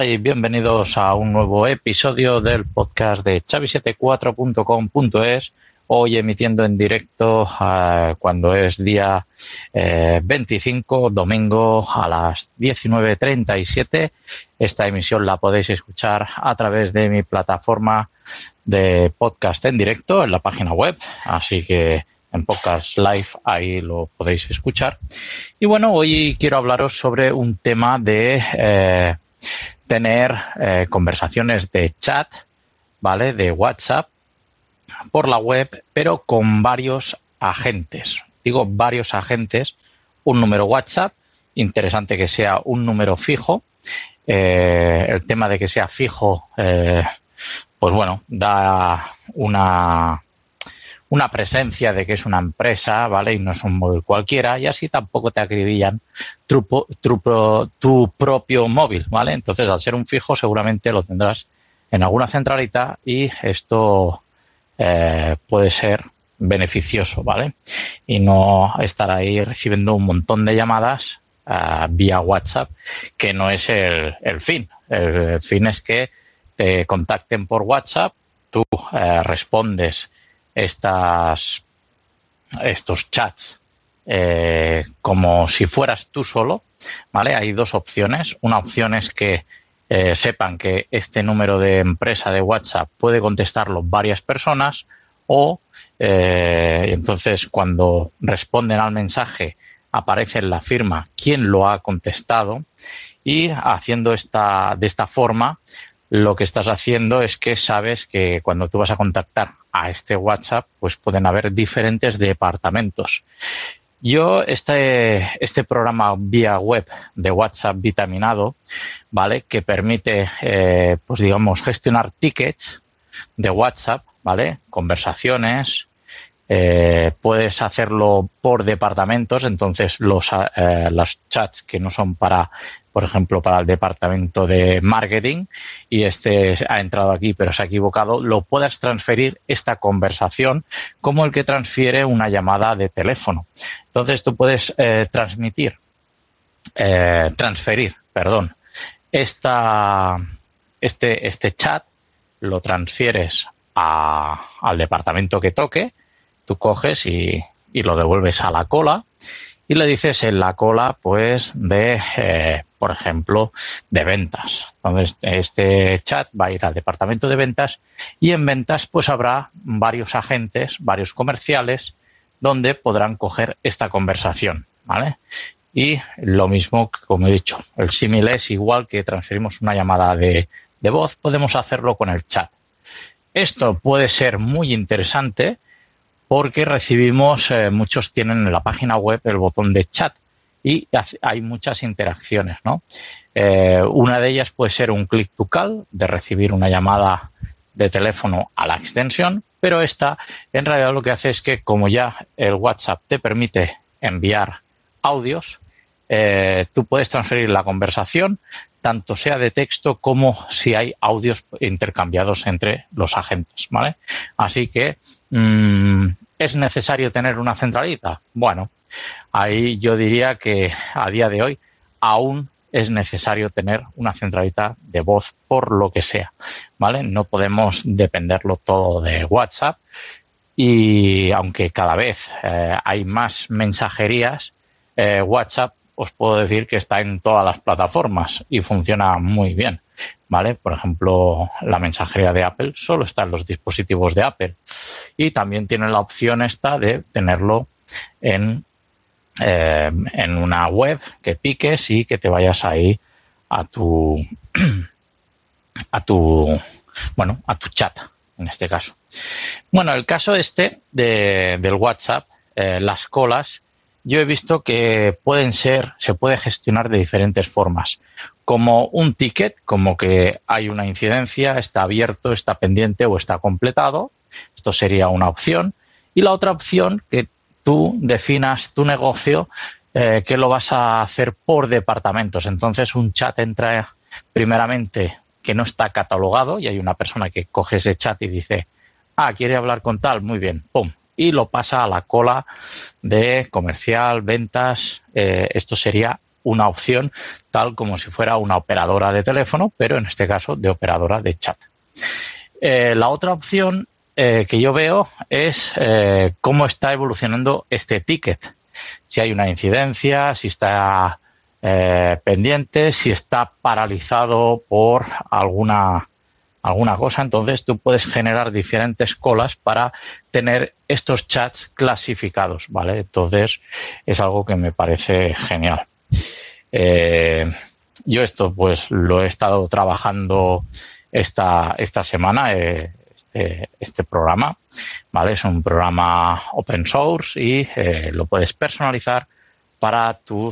Hola y bienvenidos a un nuevo episodio del podcast de Chavi74.com.es. Hoy emitiendo en directo cuando es día 25, domingo a las 19:37. Esta emisión la podéis escuchar a través de mi plataforma de podcast en directo en la página web, así que en Podcast Live ahí lo podéis escuchar. Y bueno, hoy quiero hablaros sobre un tema de tener conversaciones de chat, ¿vale? De WhatsApp por la web, pero con varios agentes. Digo varios agentes, un número WhatsApp, interesante que sea un número fijo. El tema de que sea fijo, pues bueno, da una presencia de que es una empresa, ¿vale? Y no es un móvil cualquiera, y así tampoco te acribillan tu propio móvil, ¿vale? Entonces, al ser un fijo, seguramente lo tendrás en alguna centralita y esto puede ser beneficioso, ¿vale? Y no estar ahí recibiendo un montón de llamadas vía WhatsApp, que no es el fin. El fin es que te contacten por WhatsApp, tú respondes estos chats como si fueras tú solo, ¿vale? Hay dos opciones. Una opción es que sepan que este número de empresa de WhatsApp puede contestarlo varias personas o entonces cuando responden al mensaje aparece en la firma quién lo ha contestado, y haciendo de esta forma lo que estás haciendo es que sabes que cuando tú vas a contactar a este WhatsApp, pues pueden haber diferentes departamentos. Yo este programa vía web de WhatsApp vitaminado, ¿vale? Que permite, pues digamos, gestionar tickets de WhatsApp, ¿vale? Conversaciones. Puedes hacerlo por departamentos, entonces los chats que no son para, por ejemplo, para el departamento de marketing, y este ha entrado aquí pero se ha equivocado, lo puedas transferir esta conversación como el que transfiere una llamada de teléfono. Entonces tú puedes transferir, este chat, lo transfieres al departamento que toque. Tú coges y lo devuelves a la cola y le dices en la cola, pues, por ejemplo, de ventas. Entonces, este chat va a ir al departamento de ventas y en ventas, pues, habrá varios agentes, varios comerciales, donde podrán coger esta conversación, ¿vale? Y lo mismo, como he dicho, el símil es igual que transferimos una llamada de voz, podemos hacerlo con el chat. Esto puede ser muy interesante porque muchos tienen en la página web el botón de chat y hay muchas interacciones, ¿no? Una de ellas puede ser un click to call, de recibir una llamada de teléfono a la extensión, pero esta en realidad lo que hace es que, como ya el WhatsApp te permite enviar audios, tú puedes transferir la conversación, tanto sea de texto como si hay audios intercambiados entre los agentes, ¿vale? Así que, ¿es necesario tener una centralita? Bueno, ahí yo diría que a día de hoy aún es necesario tener una centralita de voz por lo que sea, ¿vale? No podemos dependerlo todo de WhatsApp, y aunque cada vez hay más mensajerías, WhatsApp os puedo decir que está en todas las plataformas y funciona muy bien, ¿vale? Por ejemplo, la mensajería de Apple solo está en los dispositivos de Apple, y también tiene la opción esta de tenerlo en una web que piques y que te vayas ahí a tu chat, en este caso. Bueno, el caso del WhatsApp, las colas, yo he visto que se puede gestionar de diferentes formas. Como un ticket, como que hay una incidencia, está abierto, está pendiente o está completado. Esto sería una opción. Y la otra opción, que tú definas tu negocio, que lo vas a hacer por departamentos. Entonces, un chat entra primeramente que no está catalogado y hay una persona que coge ese chat y dice, quiere hablar con tal, muy bien, pum, y lo pasa a la cola de comercial, ventas. Esto sería una opción tal como si fuera una operadora de teléfono, pero en este caso de operadora de chat. La otra opción que yo veo es cómo está evolucionando este ticket. Si hay una incidencia, si está pendiente, si está paralizado por alguna cosa. Entonces tú puedes generar diferentes colas para tener estos chats clasificados, ¿vale? Entonces es algo que me parece genial. Yo esto pues lo he estado trabajando esta semana, este programa, ¿vale? Es un programa open source y lo puedes personalizar para tu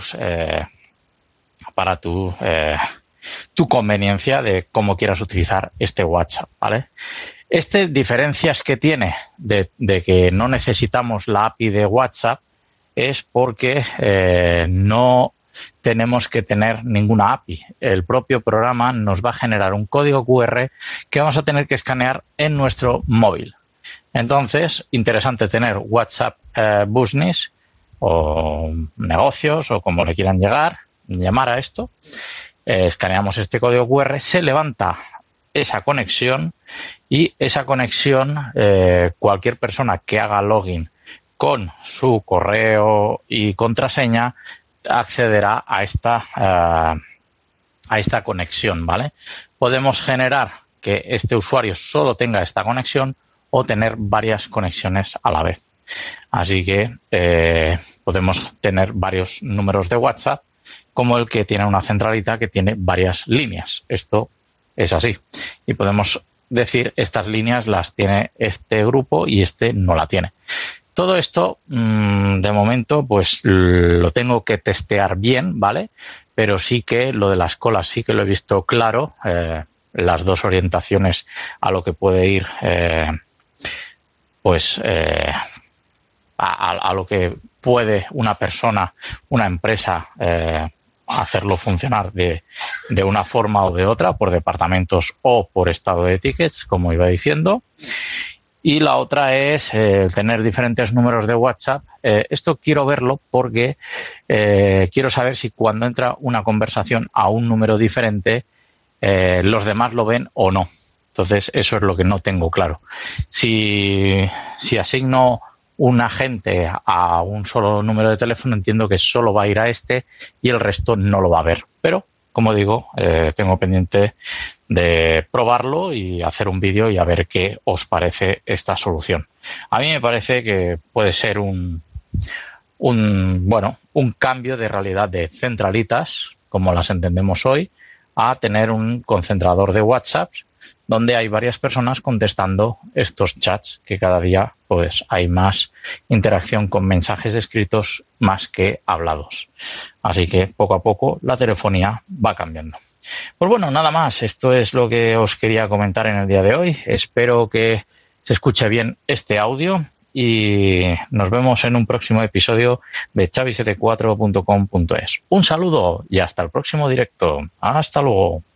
conveniencia de cómo quieras utilizar este WhatsApp, ¿vale? Diferencias que tiene de que no necesitamos la API de WhatsApp es porque no tenemos que tener ninguna API. El propio programa nos va a generar un código QR que vamos a tener que escanear en nuestro móvil. Entonces, interesante tener WhatsApp Business o negocios o como le quieran llamar a esto. Escaneamos este código QR, se levanta esa conexión y esa conexión, cualquier persona que haga login con su correo y contraseña accederá a esta conexión, ¿vale? Podemos generar que este usuario solo tenga esta conexión o tener varias conexiones a la vez. Así que podemos tener varios números de WhatsApp, como el que tiene una centralita que tiene varias líneas. Esto es así. Y podemos decir, estas líneas las tiene este grupo y este no la tiene. Todo esto, de momento, pues lo tengo que testear bien, ¿vale? Pero sí que lo de las colas sí que lo he visto claro, las dos orientaciones a lo que puede ir, a lo que puede una persona, una empresa, hacerlo funcionar de una forma o de otra, por departamentos o por estado de tickets, como iba diciendo. Y la otra es tener diferentes números de WhatsApp. Esto quiero verlo porque quiero saber si cuando entra una conversación a un número diferente, los demás lo ven o no. Entonces, eso es lo que no tengo claro. Si asigno un agente a un solo número de teléfono, entiendo que solo va a ir a este y el resto no lo va a ver. Pero, como digo, tengo pendiente de probarlo y hacer un vídeo y a ver qué os parece esta solución. A mí me parece que puede ser un cambio de realidad de centralitas, como las entendemos hoy, a tener un concentrador de WhatsApp donde hay varias personas contestando estos chats, que cada día pues hay más interacción con mensajes escritos más que hablados. Así que poco a poco la telefonía va cambiando. Pues bueno, nada más. Esto es lo que os quería comentar en el día de hoy. Espero que se escuche bien este audio y nos vemos en un próximo episodio de xavi74.com.es. Un saludo y hasta el próximo directo. Hasta luego.